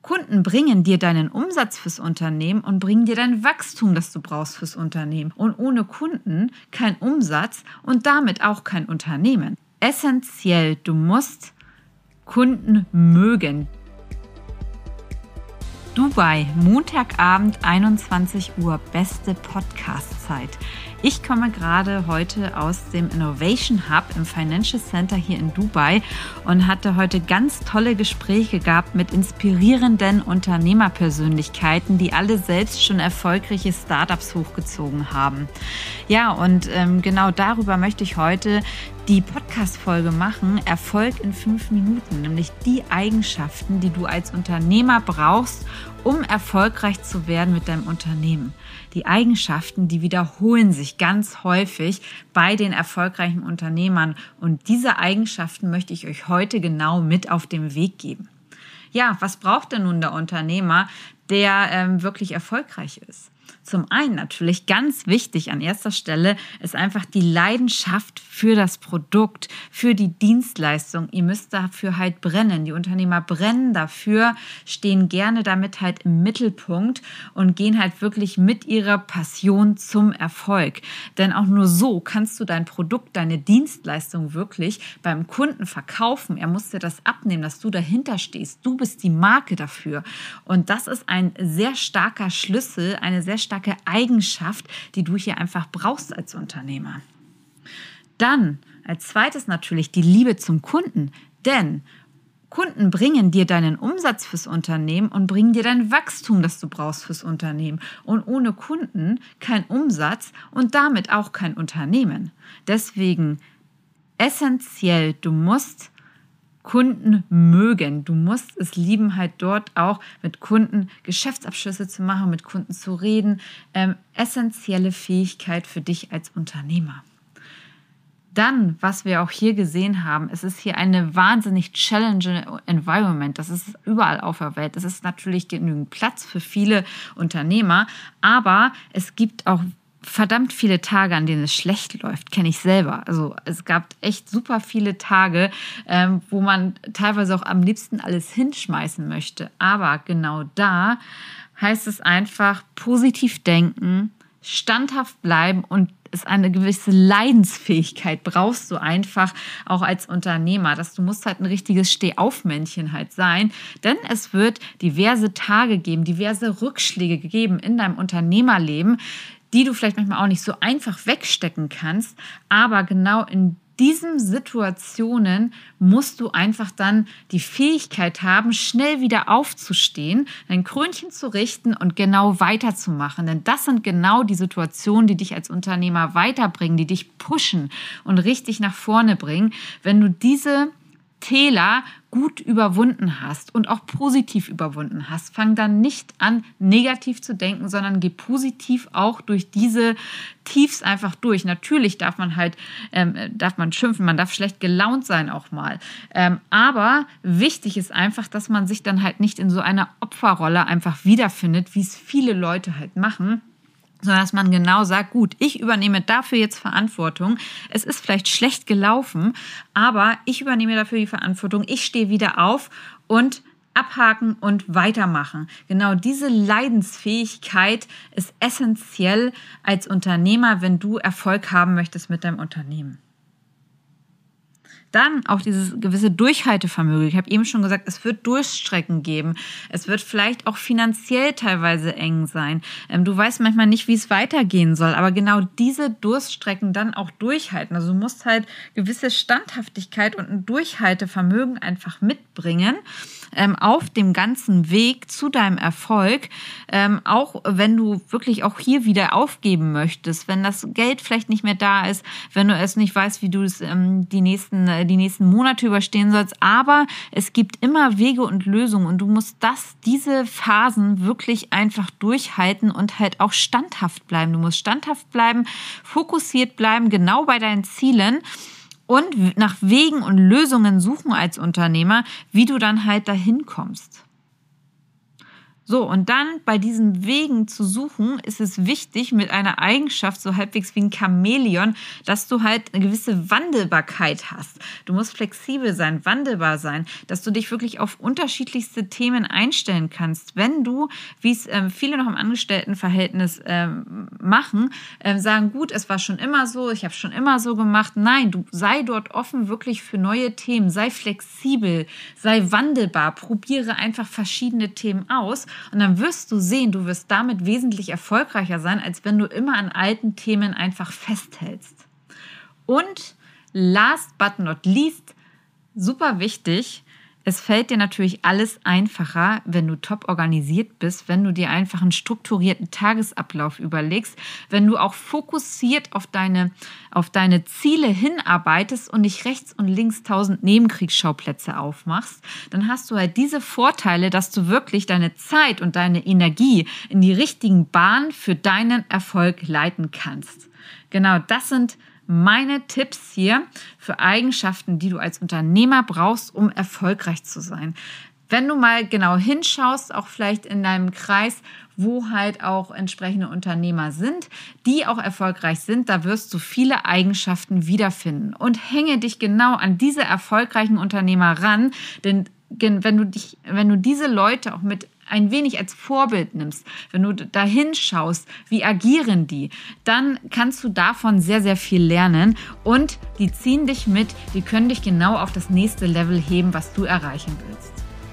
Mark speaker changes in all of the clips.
Speaker 1: Kunden bringen dir deinen Umsatz fürs Unternehmen und bringen dir dein Wachstum, das du brauchst fürs Unternehmen. Und ohne Kunden kein Umsatz und damit auch kein Unternehmen. Essentiell, du musst Kunden mögen. Dubai, Montagabend, 21 Uhr, beste Podcast-Zeit. Ich komme gerade heute aus dem Innovation Hub im Financial Center hier in Dubai und hatte heute ganz tolle Gespräche gehabt mit inspirierenden Unternehmerpersönlichkeiten, die alle selbst schon erfolgreiche Startups hochgezogen haben. Ja, und genau darüber möchte ich heute die Podcast-Folge machen, Erfolg in 5 Minuten, nämlich die Eigenschaften, die du als Unternehmer brauchst, um erfolgreich zu werden mit deinem Unternehmen. Die Eigenschaften, die wiederholen sich ganz häufig bei den erfolgreichen Unternehmern und diese Eigenschaften möchte ich euch heute genau mit auf den Weg geben. Ja, was braucht denn nun der Unternehmer, der wirklich erfolgreich ist? Zum einen natürlich ganz wichtig an erster Stelle ist einfach die Leidenschaft für das Produkt, für die Dienstleistung. Ihr müsst dafür halt brennen. Die Unternehmer brennen dafür, stehen gerne damit halt im Mittelpunkt und gehen halt wirklich mit ihrer Passion zum Erfolg. Denn auch nur so kannst du dein Produkt, deine Dienstleistung wirklich beim Kunden verkaufen. Er muss dir das abnehmen, dass du dahinter stehst. Du bist die Marke dafür. Und das ist ein sehr starker Schlüssel, eine sehr starke Eigenschaft, die du hier einfach brauchst als Unternehmer. Dann als zweites natürlich die Liebe zum Kunden, denn Kunden bringen dir deinen Umsatz fürs Unternehmen und bringen dir dein Wachstum, das du brauchst fürs Unternehmen. Und ohne Kunden kein Umsatz und damit auch kein Unternehmen. Deswegen essentiell, du musst Kunden mögen. Du musst es lieben, halt dort auch mit Kunden Geschäftsabschlüsse zu machen, mit Kunden zu reden. Essentielle Fähigkeit für dich als Unternehmer. Dann, was wir auch hier gesehen haben, es ist hier eine wahnsinnig challenging Environment. Das ist überall auf der Welt. Es ist natürlich genügend Platz für viele Unternehmer, aber es gibt auch verdammt viele Tage, an denen es schlecht läuft, kenne ich selber. Also es gab echt super viele Tage, wo man teilweise auch am liebsten alles hinschmeißen möchte. Aber genau da heißt es einfach positiv denken, standhaft bleiben und es eine gewisse Leidensfähigkeit brauchst du einfach auch als Unternehmer, dass du musst halt ein richtiges Stehaufmännchen halt sein, denn es wird diverse Tage geben, diverse Rückschläge geben in deinem Unternehmerleben, die du vielleicht manchmal auch nicht so einfach wegstecken kannst, aber genau in diesen Situationen musst du einfach dann die Fähigkeit haben, schnell wieder aufzustehen, dein Krönchen zu richten und genau weiterzumachen. Denn das sind genau die Situationen, die dich als Unternehmer weiterbringen, die dich pushen und richtig nach vorne bringen. Wenn du diese Täler gut überwunden hast und auch positiv überwunden hast, fang dann nicht an, negativ zu denken, sondern geh positiv auch durch diese Tiefs einfach durch. Natürlich darf man schimpfen, man darf schlecht gelaunt sein auch mal. Aber wichtig ist einfach, dass man sich dann halt nicht in so einer Opferrolle einfach wiederfindet, wie es viele Leute halt machen, sondern dass man genau sagt, gut, ich übernehme dafür jetzt Verantwortung. Es ist vielleicht schlecht gelaufen, aber ich übernehme dafür die Verantwortung. Ich stehe wieder auf und abhaken und weitermachen. Genau diese Leidensfähigkeit ist essentiell als Unternehmer, wenn du Erfolg haben möchtest mit deinem Unternehmen. Dann auch dieses gewisse Durchhaltevermögen. Ich habe eben schon gesagt, es wird Durststrecken geben. Es wird vielleicht auch finanziell teilweise eng sein. Du weißt manchmal nicht, wie es weitergehen soll, aber genau diese Durststrecken dann auch durchhalten. Also du musst halt gewisse Standhaftigkeit und ein Durchhaltevermögen einfach mitbringen auf dem ganzen Weg zu deinem Erfolg. Auch wenn du wirklich auch hier wieder aufgeben möchtest, wenn das Geld vielleicht nicht mehr da ist, wenn du es nicht weißt, wie du es die nächsten Monate überstehen sollst. Aber es gibt immer Wege und Lösungen und du musst diese Phasen wirklich einfach durchhalten und halt auch standhaft bleiben. Du musst standhaft bleiben, fokussiert bleiben, genau bei deinen Zielen und nach Wegen und Lösungen suchen als Unternehmer, wie du dann halt dahin kommst. So, und dann bei diesen Wegen zu suchen, ist es wichtig mit einer Eigenschaft, so halbwegs wie ein Chamäleon, dass du halt eine gewisse Wandelbarkeit hast. Du musst flexibel sein, wandelbar sein, dass du dich wirklich auf unterschiedlichste Themen einstellen kannst. Wenn du, wie es viele noch im Angestelltenverhältnis machen, sagen, gut, es war schon immer so, ich habe es schon immer so gemacht. Nein, du sei dort offen wirklich für neue Themen, sei flexibel, sei wandelbar, probiere einfach verschiedene Themen aus. Und dann wirst du sehen, du wirst damit wesentlich erfolgreicher sein, als wenn du immer an alten Themen einfach festhältst. Und last but not least, super wichtig, es fällt dir natürlich alles einfacher, wenn du top organisiert bist, wenn du dir einfach einen strukturierten Tagesablauf überlegst, wenn du auch fokussiert auf deine Ziele hinarbeitest und nicht rechts und links 1000 Nebenkriegsschauplätze aufmachst, dann hast du halt diese Vorteile, dass du wirklich deine Zeit und deine Energie in die richtigen Bahnen für deinen Erfolg leiten kannst. Genau, das sind meine Tipps hier für Eigenschaften, die du als Unternehmer brauchst, um erfolgreich zu sein. Wenn du mal genau hinschaust, auch vielleicht in deinem Kreis, wo halt auch entsprechende Unternehmer sind, die auch erfolgreich sind, da wirst du viele Eigenschaften wiederfinden. Und hänge dich genau an diese erfolgreichen Unternehmer ran, denn wenn du diese Leute auch mit ein wenig als Vorbild nimmst, wenn du da hinschaust, wie agieren die, dann kannst du davon sehr, sehr viel lernen und die ziehen dich mit, die können dich genau auf das nächste Level heben, was du erreichen willst.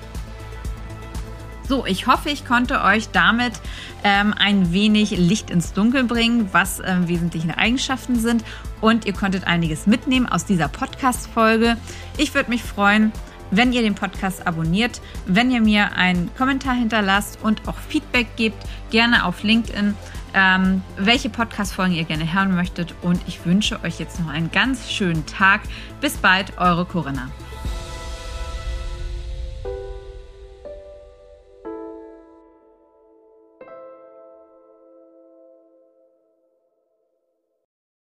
Speaker 1: So, ich hoffe, ich konnte euch damit ein wenig Licht ins Dunkel bringen, was wesentliche Eigenschaften sind und ihr konntet einiges mitnehmen aus dieser Podcast-Folge. Ich würde mich freuen, wenn ihr den Podcast abonniert, wenn ihr mir einen Kommentar hinterlasst und auch Feedback gebt, gerne auf LinkedIn, welche Podcast-Folgen ihr gerne hören möchtet. Und ich wünsche euch jetzt noch einen ganz schönen Tag. Bis bald, eure Corinna.